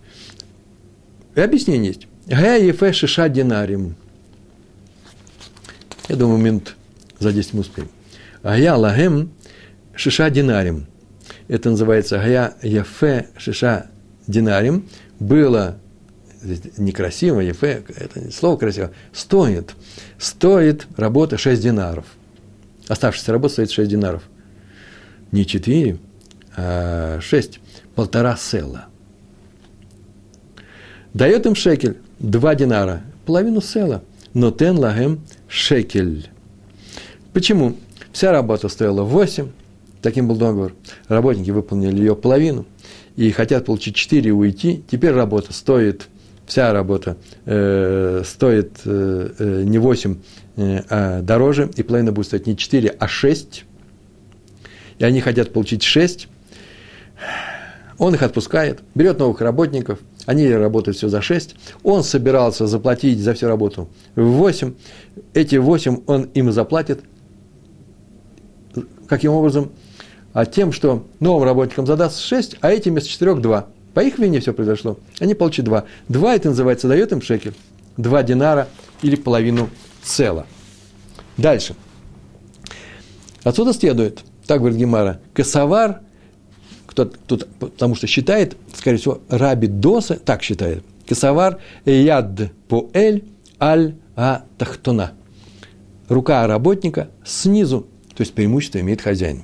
И объяснение есть. Га ефе шиша динарим. Я думаю, минут за 10 мы успеем. А я лагем шиша динарим. Это называется гая яфе шиша динарим. Было некрасиво, яфе, это слово красиво, стоит работа 6 динаров. Оставшаяся работа стоит 6 динаров. Не 4, а 6, 1,5 села. Дает им шекель, 2 динара, половину села. Но тен лагем шекель. Почему? Вся работа стоила 8, таким был договор. Работники выполнили ее половину и хотят получить 4 и уйти. Теперь работа стоит, вся работа стоит не 8, а дороже, и половина будет стоить не 4, а 6. И они хотят получить 6. Он их отпускает, берет новых работников, они работают все за 6. Он собирался заплатить за всю работу 8. Эти 8 он им заплатит. Каким образом? А тем, что новым работникам задаст 6, а этим вместо 4 – 2. По их вине все произошло. Они получат 2. 2 это называется, дает им шекель. 2 динара или половину цела. Дальше. Отсюда следует, так говорит Гемара, касавар, кто-то, потому что считает, скорее всего, Раби Доса, так считает, касавар яд поэль аль а-тахтона. Рука работника снизу, то есть преимущество имеет хозяин.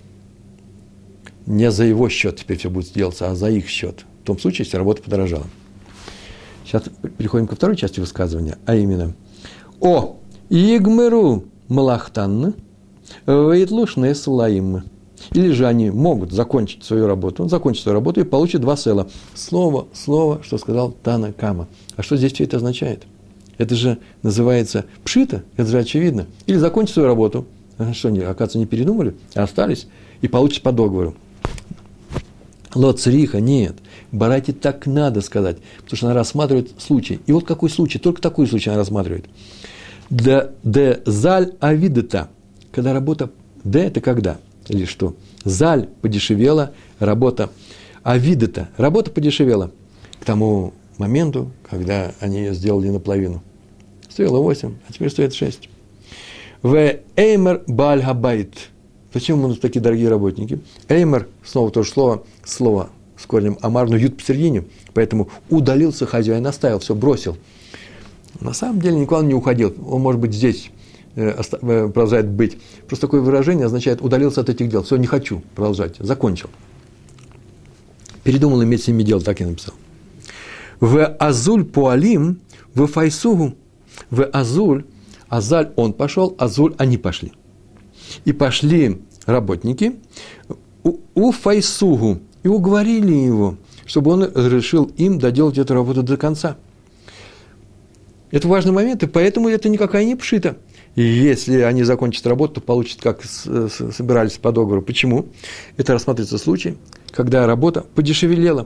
Не за его счет теперь все будет делаться, а за их счет. В том случае, если работа подорожала. Сейчас переходим ко второй части высказывания, а именно «О, игмеру малахтанны, вейтлушне сулаим». Или же они могут закончить свою работу и получат 2 села. Слово, что сказал Тана Кама. А что здесь все это означает? Это же называется пшита, это же очевидно. Или закончить свою работу. Что они, оказывается, не передумали, а остались и получат по договору. Лоцриха, нет. Барайте так надо сказать, потому что она рассматривает случай. И вот какой случай, только такой случай она рассматривает. Де заль авидета. Когда работа, де это когда? Или что? Заль подешевела, работа авидета. Работа подешевела к тому моменту, когда они ее сделали наполовину. Стоило 8, а теперь стоит 6. В эймер баль габайт. Почему у нас такие дорогие работники? Эймер, снова то же слово с корнем амар, но ют посередине. Поэтому удалился хозяин, оставил, все, бросил. На самом деле никуда он не уходил. Он, может быть, здесь продолжает быть. Просто такое выражение означает удалился от этих дел. Все, не хочу продолжать, закончил. Передумал иметь с ними дело, так я написал. В азуль пуалим, в файсугу, в азуль, азаль он пошел, азуль они пошли. И пошли работники у файсугу и уговорили его, чтобы он разрешил им доделать эту работу до конца. Это важный момент, и поэтому это никакая не пшита. И если они закончат работу, то получат, как собирались по договору. Почему? Это рассматривается случай, когда работа подешевела,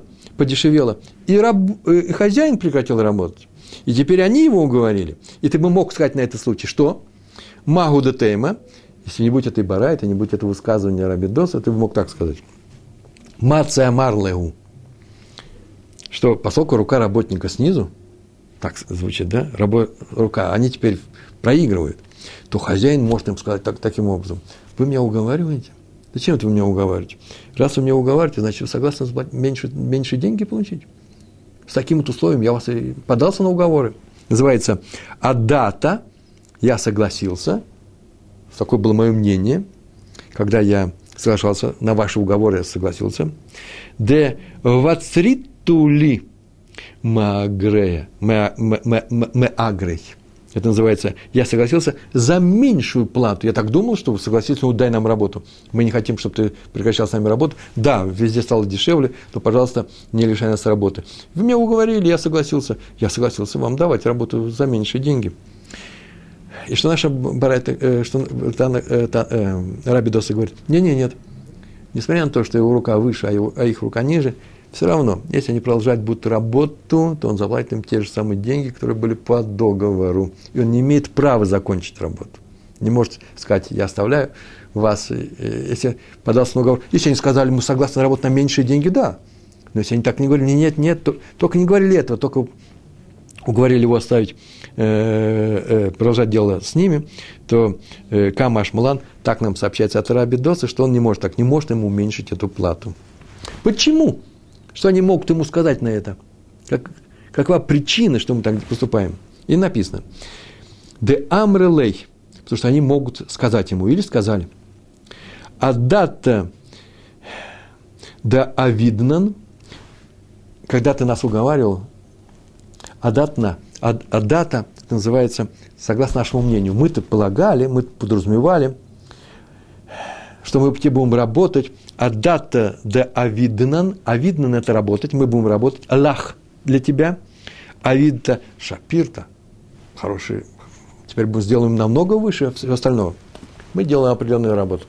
и хозяин прекратил работать. И теперь они его уговорили. И ты бы мог сказать на этот случай, что магу де тейма, если не будь этой барайты, не будь этого высказывания Раби Доса, ты бы мог так сказать. Мация марлеу. Что поскольку рука работника снизу, так звучит, да, рука, они теперь проигрывают, то хозяин может им сказать таким образом: вы меня уговариваете? Зачем это вы меня уговариваете? Раз вы меня уговариваете, значит, вы согласны меньше деньги получить? С таким вот условием я вас и подался на уговоры. Называется «Адата», я согласился, такое было мое мнение, когда я соглашался на ваши уговоры, я согласился. «Де вацритули маагрея, меагрей». Это называется «я согласился за меньшую плату». Я так думал, что вы согласились, ну, дай нам работу. Мы не хотим, чтобы ты прекращал с нами работу. Да, везде стало дешевле, но, пожалуйста, не лишай нас работы. Вы меня уговорили, я согласился. Я согласился вам давать работу за меньшие деньги. И что наша барайта, Раби Доса говорит: нет. Несмотря на то, что его рука выше, а их рука ниже, все равно, если они продолжают будто работу, то он заплатит им те же самые деньги, которые были по договору. И он не имеет права закончить работу. Не может сказать: я оставляю вас, если подался на уговор. Если они сказали, мы согласны работать на меньшие деньги, да. Но если они так не говорили, нет, только не говорили этого, только уговорили его оставить, продолжать дело с ними, то Кама Ашмулан, так нам сообщается от Раби Досы, что он не может ему уменьшить эту плату. Почему? Что они могут ему сказать на это? Какова причина, что мы так поступаем? И написано. «Де амрелей», потому что они могут сказать ему, или сказали. «Адата да авиднан», когда ты нас уговаривал, адата, это называется, согласно нашему мнению, мы-то полагали, мы подразумевали, что мы тебе будем работать, адата да авиднан, авиднан – это работать, мы будем работать, Аллах для тебя, авид-то шапирта, хороший, теперь мы сделаем намного выше всего остального. Мы делаем определенную работу.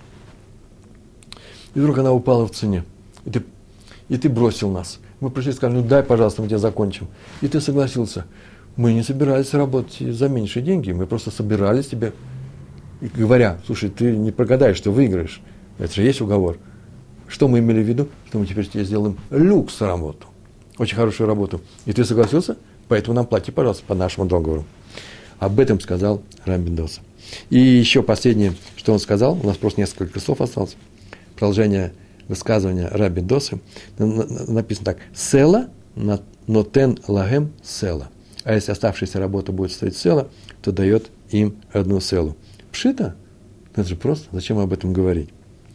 И вдруг она упала в цене, и ты бросил нас. Мы пришли и сказали, дай, пожалуйста, мы тебя закончим. И ты согласился. Мы не собирались работать за меньшие деньги, мы просто собирались тебе, говоря, слушай, ты не прогадаешь, что выиграешь. Это же есть уговор. Что мы имели в виду? Что мы теперь тебе сделаем люкс работу. Очень хорошую работу. И ты согласился? Поэтому нам плати, пожалуйста, по нашему договору. Об этом сказал Раби Доса. И еще последнее, что он сказал, у нас просто несколько слов осталось. Продолжение высказывания Раби Досы. Написано так. Села нотен лагем села. А если оставшаяся работа будет стоить села, то дает им одну селу. Пшита? Это же просто. Зачем об этом говорить?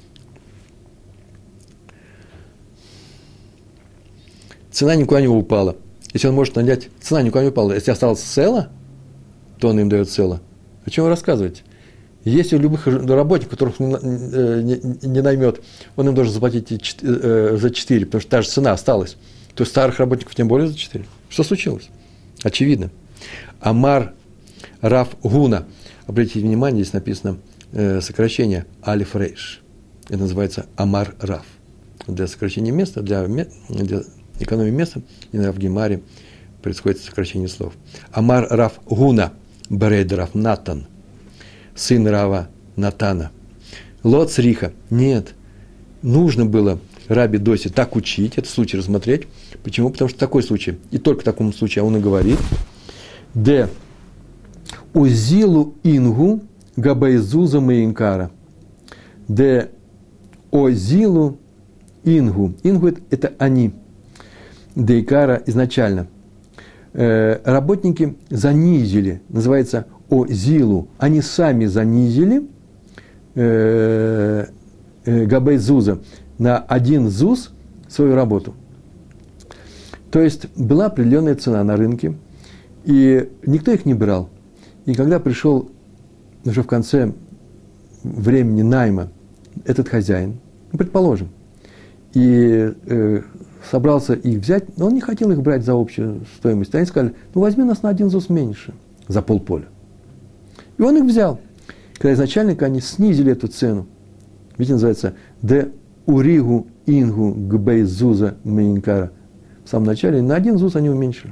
Цена никуда не упала. Если он может нанять, цена никуда не упала. Если осталась села, то он им дает села. О чем вы рассказываете? Если у любых работников, которых не наймет, он им должен заплатить за 4, потому что та же цена осталась, то старых работников тем более за 4. Что случилось? Очевидно. Амар Рав Гуна. Обратите внимание, здесь написано сокращение Алиф Рейш. Это называется Амар Рав. Для сокращения места, для экономии места, иногда в Гемаре происходит сокращение слов. Амар Рав Гуна, Берейд Рав Натан, сын Рава Натана. Лот Сриха. Нет, нужно было Раби Досе так учить, этот случай рассмотреть. Почему? Потому что такой случай, и только в таком случае он и говорит, де озилу ингу габайзуза мейнкара. Де озилу ингу. Ингу – это они. Дейкара изначально. Работники занизили, называется озилу. Они сами занизили габайзуза на один зуз свою работу. То есть была определенная цена на рынке, и никто их не брал. И когда пришел уже в конце времени найма этот хозяин, предположим, и собрался их взять, но он не хотел их брать за общую стоимость. Они сказали, возьми нас на один зуз меньше, за полполя. И он их взял. Когда изначально они снизили эту цену, видите, называется «де уригу ингу гбейзуза мейнкара». В самом начале на один зуз они уменьшили.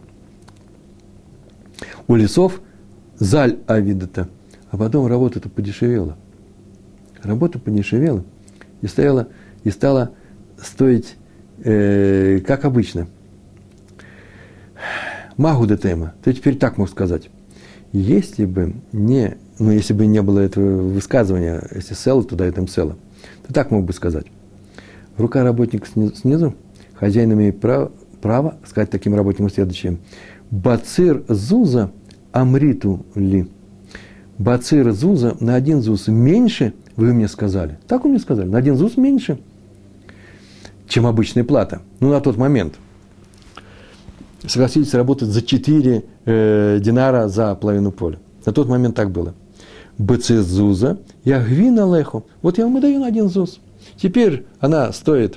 У лесов заль авидата, а потом работа-то подешевела. Работа подешевела и стала стоить, как обычно. Магу де тема. Ты теперь так мог сказать. Если бы не было этого высказывания, если села, то дает им села, то так мог бы сказать. Рука работника снизу, хозяин имеет право сказать таким работникам следующее. Бацир зуза амриту ли. Бацир зуза на один зуз меньше, вы мне сказали. Так вы мне сказали, на один зуз меньше, чем обычная плата. На тот момент. Согласились работать за 4 динара за половину поля. На тот момент так было. Бацир зуза, я гвина леху. Вот я вам и даю на один зуз. Теперь она стоит,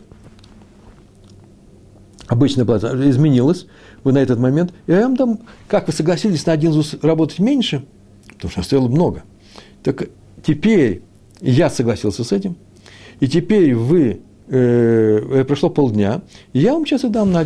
обычная плата изменилась, вы на этот момент, и я вам дам, как вы согласились на один зуз работать меньше, потому что стоило много. Так теперь я согласился с этим, и теперь прошло полдня, и я вам сейчас и дам на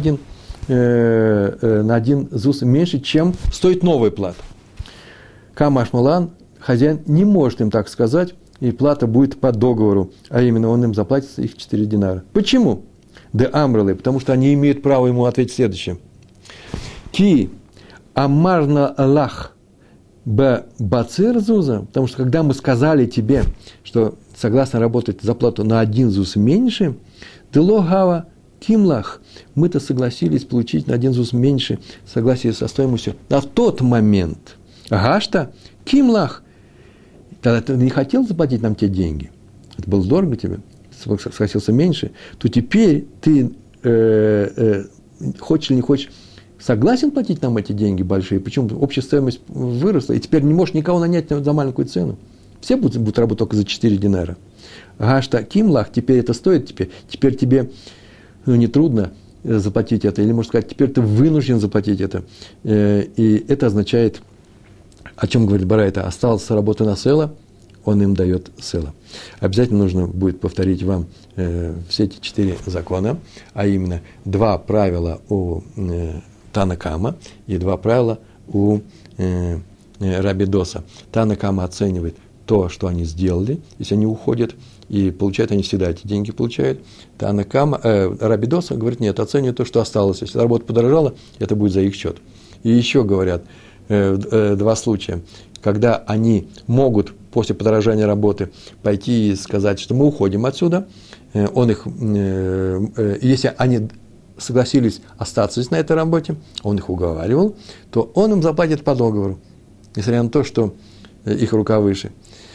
один зуз меньше, чем стоит новая плата. Камаш Малан, хозяин, не может им так сказать, и плата будет по договору, а именно он им заплатит их 4 динара. Почему? Де амралы, потому что они имеют право ему ответить следующее. Ки Амарна лах бацир зуза, потому что когда мы сказали тебе, что согласно работать за плату на 1 зуз меньше, дело гава кимлах, мы-то согласились получить на 1 зуз меньше согласие со стоимостью на тот момент. Гашта кимлах, тогда ты не хотел заплатить нам те деньги, это было дорого тебе, согласился меньше, то теперь ты хочешь или не хочешь, согласен платить нам эти деньги большие, почему общая стоимость выросла, и теперь не можешь никого нанять за маленькую цену. Все будут работать только за 4 динара. Гашта кимлах, теперь это стоит, теперь тебе нетрудно заплатить это, или, можно сказать, теперь ты вынужден заплатить это. И это означает, о чем говорит Барайта, осталась работа на села, он им дает села. Обязательно нужно будет повторить вам все эти 4 закона, а именно 2 правила у Тана Кама и 2 правила у Раби Доса. Тана Кама оценивает то, что они сделали, если они уходят, и получают они всегда эти деньги получают. Тана Кама, Раби Доса говорит, нет, оценивает то, что осталось. Если работа подорожала, это будет за их счет. И еще говорят 2 случая, когда они могут после подорожания работы пойти и сказать, что мы уходим отсюда, он их, если они согласились остаться здесь на этой работе, он их уговаривал, то он им заплатит по договору, несмотря на то, что их рука выше.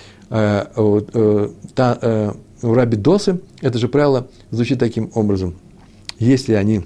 У Раби Досы это же правило звучит таким образом. Если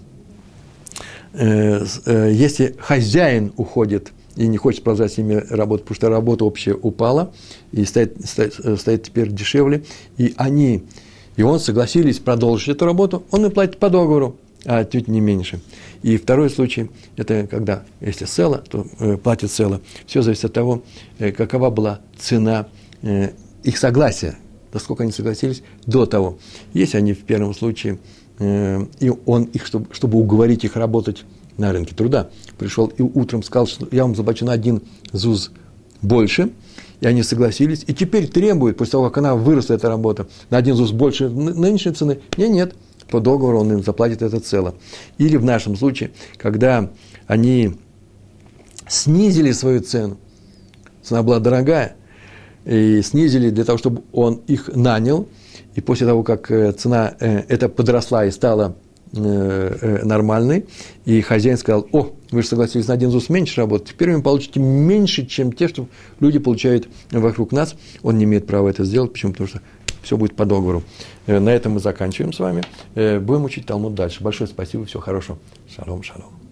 хозяин уходит и не хочет продолжать с ними работу, потому что работа общая упала и стоит теперь дешевле, и он согласились продолжить эту работу, он им платит по договору, а чуть не меньше. И второй случай, это когда, если села, то платит села. Все зависит от того, какова была цена их согласия, насколько они согласились до того. Если они в первом случае, и он их, чтобы уговорить их работать на рынке труда, пришел и утром сказал, что я вам заплачу на 1 зуз больше, и они согласились, и теперь требуют, после того, как она выросла, эта работа, на 1 зуз больше нынешней цены, нет, по договору он им заплатит это цело. Или в нашем случае, когда они снизили свою цену, цена была дорогая, и снизили для того, чтобы он их нанял, и после того, как цена эта подросла и стала нормальной, и хозяин сказал, вы же согласились на 1 зуз меньше работать, теперь вы получите меньше, чем те, что люди получают вокруг нас, он не имеет права это сделать, почему? Потому что все будет по договору. На этом мы заканчиваем с вами, будем учить Талмуд дальше. Большое спасибо, всего хорошего. Шалом, шалом.